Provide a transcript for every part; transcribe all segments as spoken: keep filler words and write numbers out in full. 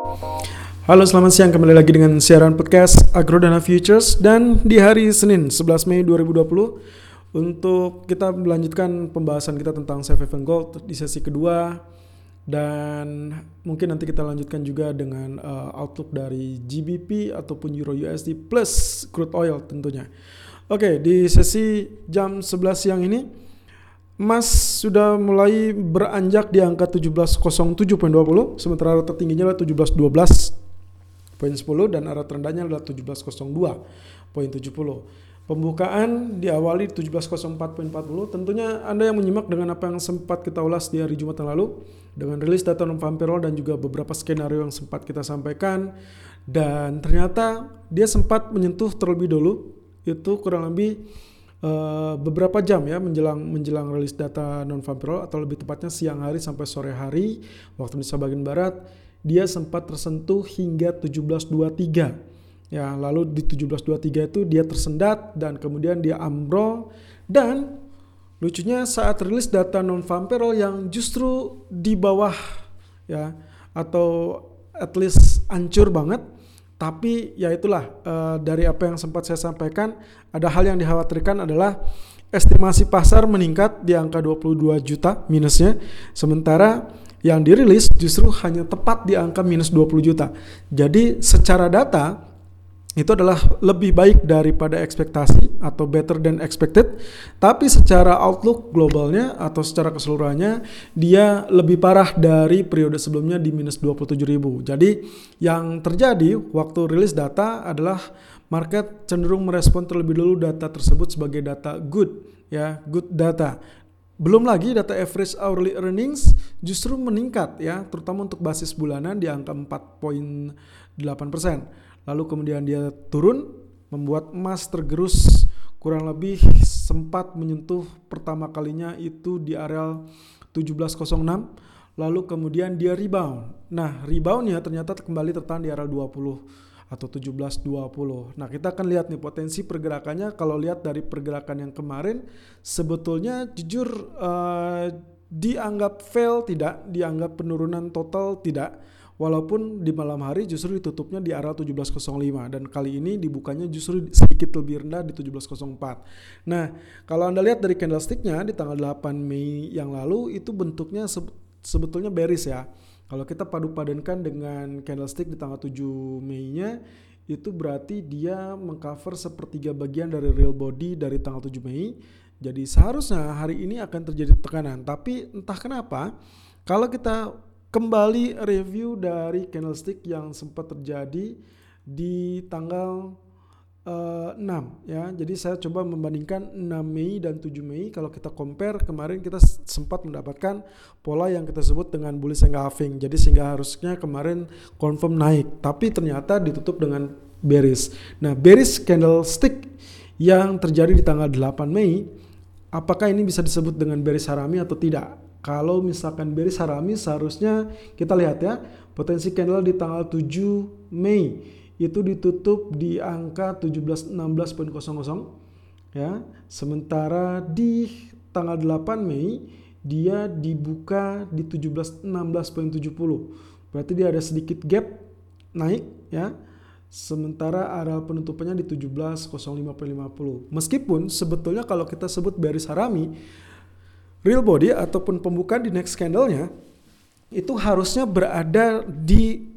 Halo, selamat siang, kembali lagi dengan siaran podcast Agrodana Futures dan di hari Senin sebelas Mei dua ribu dua puluh untuk kita melanjutkan pembahasan kita tentang safe haven gold di sesi kedua, dan mungkin nanti kita lanjutkan juga dengan uh, outlook dari G B P ataupun Euro U S D plus crude oil tentunya. Oke, di sesi jam sebelas siang ini emas sudah mulai beranjak di angka tujuh belas nol tujuh koma dua nol, sementara rata tingginya adalah tujuh belas dua belas koma sepuluh dan arah terendahnya adalah tujuh belas nol dua koma tujuh nol. Pembukaan diawali tujuh belas nol empat koma empat nol. Tentunya Anda yang menyimak dengan apa yang sempat kita ulas di hari Jumat yang lalu dengan rilis data non-farm payroll dan juga beberapa skenario yang sempat kita sampaikan, dan ternyata dia sempat menyentuh terlebih dulu itu kurang lebih Uh, beberapa jam ya menjelang menjelang rilis data non-farm payroll, atau lebih tepatnya siang hari sampai sore hari waktu Indonesia bagian barat, dia sempat tersentuh hingga tujuh belas dua puluh tiga ya. Lalu di tujuh belas dua puluh tiga itu dia tersendat dan kemudian dia ambrol, dan lucunya saat rilis data non-farm payroll yang justru di bawah ya, atau at least hancur banget. Tapi ya itulah, uh, dari apa yang sempat saya sampaikan, ada hal yang dikhawatirkan adalah estimasi pasar meningkat di angka dua puluh dua juta minusnya, sementara yang dirilis justru hanya tepat di angka minus dua puluh juta. Jadi secara data itu adalah lebih baik daripada ekspektasi atau better than expected, tapi secara outlook globalnya atau secara keseluruhannya dia lebih parah dari periode sebelumnya di minus dua puluh tujuh ribu. Jadi yang terjadi waktu rilis data adalah market cenderung merespon terlebih dulu data tersebut sebagai data good ya, good data. Belum lagi data average hourly earnings justru meningkat ya, terutama untuk basis bulanan di angka empat koma delapan persen. Lalu kemudian dia turun, membuat emas tergerus kurang lebih sempat menyentuh pertama kalinya itu di area tujuh belas nol enam, lalu kemudian dia rebound. Nah, reboundnya ternyata kembali tertahan di area dua puluh atau tujuh belas dua puluh. Nah, kita akan lihat nih potensi pergerakannya. Kalau lihat dari pergerakan yang kemarin, sebetulnya jujur uh, dianggap fail tidak, dianggap penurunan total tidak. Walaupun di malam hari justru ditutupnya di area tujuh belas nol lima, dan kali ini dibukanya justru sedikit lebih rendah di tujuh belas nol empat. Nah, kalau Anda lihat dari candlestick-nya di tanggal delapan Mei yang lalu itu bentuknya se- sebetulnya bearish ya. Kalau kita padu-padankan dengan candlestick di tanggal tujuh Mei-nya, itu berarti dia mengcover sepertiga bagian dari real body dari tanggal tujuh Mei. Jadi seharusnya hari ini akan terjadi tekanan, tapi entah kenapa kalau kita kembali review dari candlestick yang sempat terjadi di tanggal uh, enam ya. Jadi saya coba membandingkan enam Mei dan tujuh Mei. Kalau kita compare, kemarin kita sempat mendapatkan pola yang kita sebut dengan bullish engulfing. Jadi sehingga harusnya kemarin confirm naik, tapi ternyata ditutup dengan bearish. Nah, bearish candlestick yang terjadi di tanggal delapan Mei, apakah ini bisa disebut dengan bearish harami atau tidak? Kalau misalkan bearish harami, seharusnya kita lihat ya, potensi candle di tanggal tujuh Mei itu ditutup di angka tujuh belas enam belas koma nol nol ya. Sementara di tanggal delapan Mei dia dibuka di tujuh belas enam belas koma tujuh nol. Berarti dia ada sedikit gap naik ya. Sementara area penutupannya di tujuh belas nol lima koma lima nol. Meskipun sebetulnya kalau kita sebut bearish harami, real body ataupun pembukaan di next candle-nya itu harusnya berada di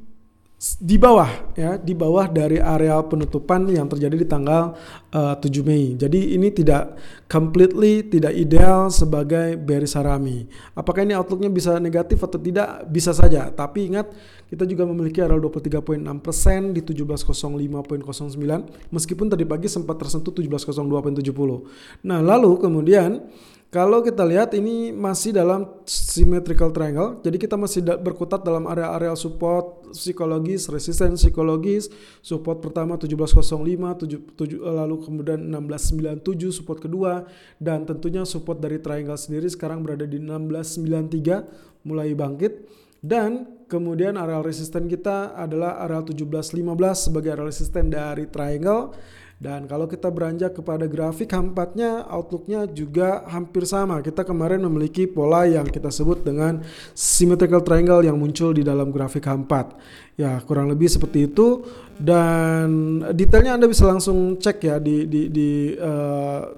di bawah ya, di bawah dari area penutupan yang terjadi di tanggal uh, tujuh Mei. Jadi ini tidak completely, tidak ideal sebagai bearish harami. Apakah ini outlook-nya bisa negatif atau tidak? Bisa saja. Tapi ingat, kita juga memiliki area dua puluh tiga koma enam persen di tujuh belas nol lima koma nol sembilan, meskipun tadi pagi sempat tersentuh tujuh belas nol dua koma tujuh nol. Nah, lalu kemudian kalau kita lihat ini masih dalam symmetrical triangle, jadi kita masih da- berkutat dalam area-area support psikologis, resistance psikologis. Support pertama tujuh belas nol lima, tujuh, tujuh, lalu kemudian enam belas sembilan puluh tujuh support kedua, dan tentunya support dari triangle sendiri sekarang berada di enam belas sembilan puluh tiga mulai bangkit, dan kemudian area resisten kita adalah area tujuh belas lima belas sebagai area resisten dari triangle. Dan kalau kita beranjak kepada grafik H empat-nya, outlook-nya juga hampir sama. Kita kemarin memiliki pola yang kita sebut dengan symmetrical triangle yang muncul di dalam grafik H empat. Ya, kurang lebih seperti itu. Dan detailnya Anda bisa langsung cek ya di di di uh,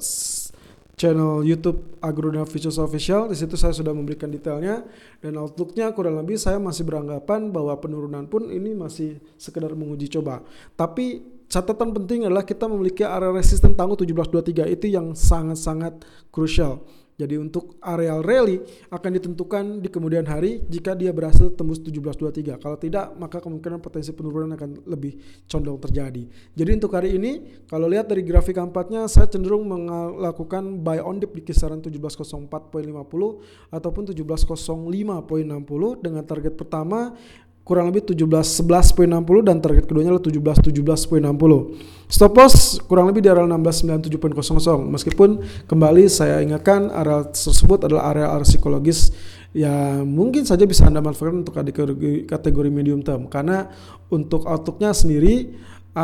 channel YouTube Agrodana Futures Official. Di situ saya sudah memberikan detailnya, dan outlook-nya kurang lebih saya masih beranggapan bahwa penurunan pun ini masih sekedar menguji coba. Tapi catatan penting adalah kita memiliki area resisten tangguh tujuh belas dua puluh tiga, itu yang sangat-sangat krusial. Jadi untuk areal rally akan ditentukan di kemudian hari jika dia berhasil tembus tujuh belas dua puluh tiga. Kalau tidak, maka kemungkinan potensi penurunan akan lebih condong terjadi. Jadi untuk hari ini, kalau lihat dari grafik H empat-nya, saya cenderung melakukan buy on dip di kisaran tujuh belas nol empat koma lima nol ataupun tujuh belas nol lima koma enam nol dengan target pertama kurang lebih tujuh belas sebelas koma enam nol dan target keduanya adalah tujuh belas tujuh belas koma enam nol. Stop loss kurang lebih di area enam belas sembilan puluh tujuh koma nol nol. Meskipun kembali saya ingatkan area tersebut adalah area-area psikologis yang mungkin saja bisa Anda manfaatkan untuk kategori, kategori medium term, karena untuk outlook-nya sendiri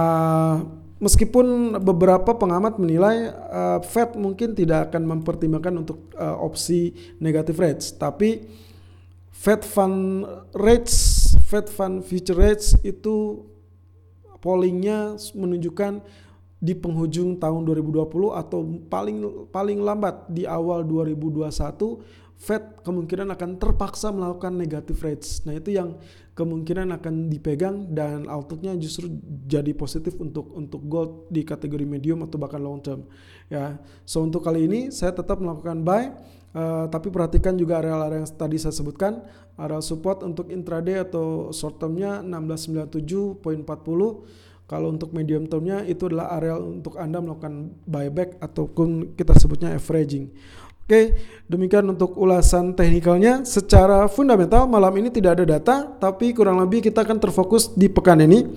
uh, meskipun beberapa pengamat menilai uh, Fed mungkin tidak akan mempertimbangkan untuk uh, opsi negative rates, tapi Fed Fund Rates, Fed Fund Future Rates itu pollingnya menunjukkan di penghujung tahun dua ribu dua puluh atau paling paling lambat di awal dua ribu dua puluh satu, Fed kemungkinan akan terpaksa melakukan negative rates. Nah, itu yang kemungkinan akan dipegang, dan outlook-nya justru jadi positif untuk untuk gold di kategori medium atau bahkan long term. Ya, so untuk kali ini saya tetap melakukan buy. Uh, tapi perhatikan juga area-area yang tadi saya sebutkan. Area support untuk intraday atau short termnya enam belas sembilan puluh tujuh koma empat nol. Kalau untuk medium termnya itu adalah area untuk Anda melakukan buyback ataupun kita sebutnya averaging. Oke, demikian untuk ulasan teknikalnya. Secara fundamental malam ini tidak ada data, tapi kurang lebih kita akan terfokus di pekan ini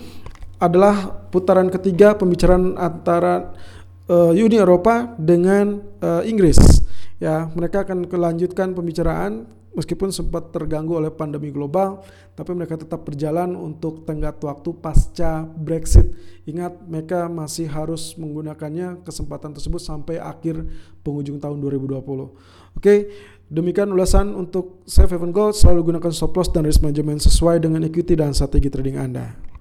adalah putaran ketiga pembicaraan antara uh, Uni Eropa dengan uh, Inggris. Ya, mereka akan kelanjutkan pembicaraan meskipun sempat terganggu oleh pandemi global, tapi mereka tetap berjalan untuk tenggat waktu pasca Brexit. Ingat, mereka masih harus menggunakannya kesempatan tersebut sampai akhir penghujung tahun dua ribu dua puluh. Oke, demikian ulasan untuk Safe Haven Gold. Selalu gunakan stop loss dan risk management sesuai dengan equity dan strategi trading Anda.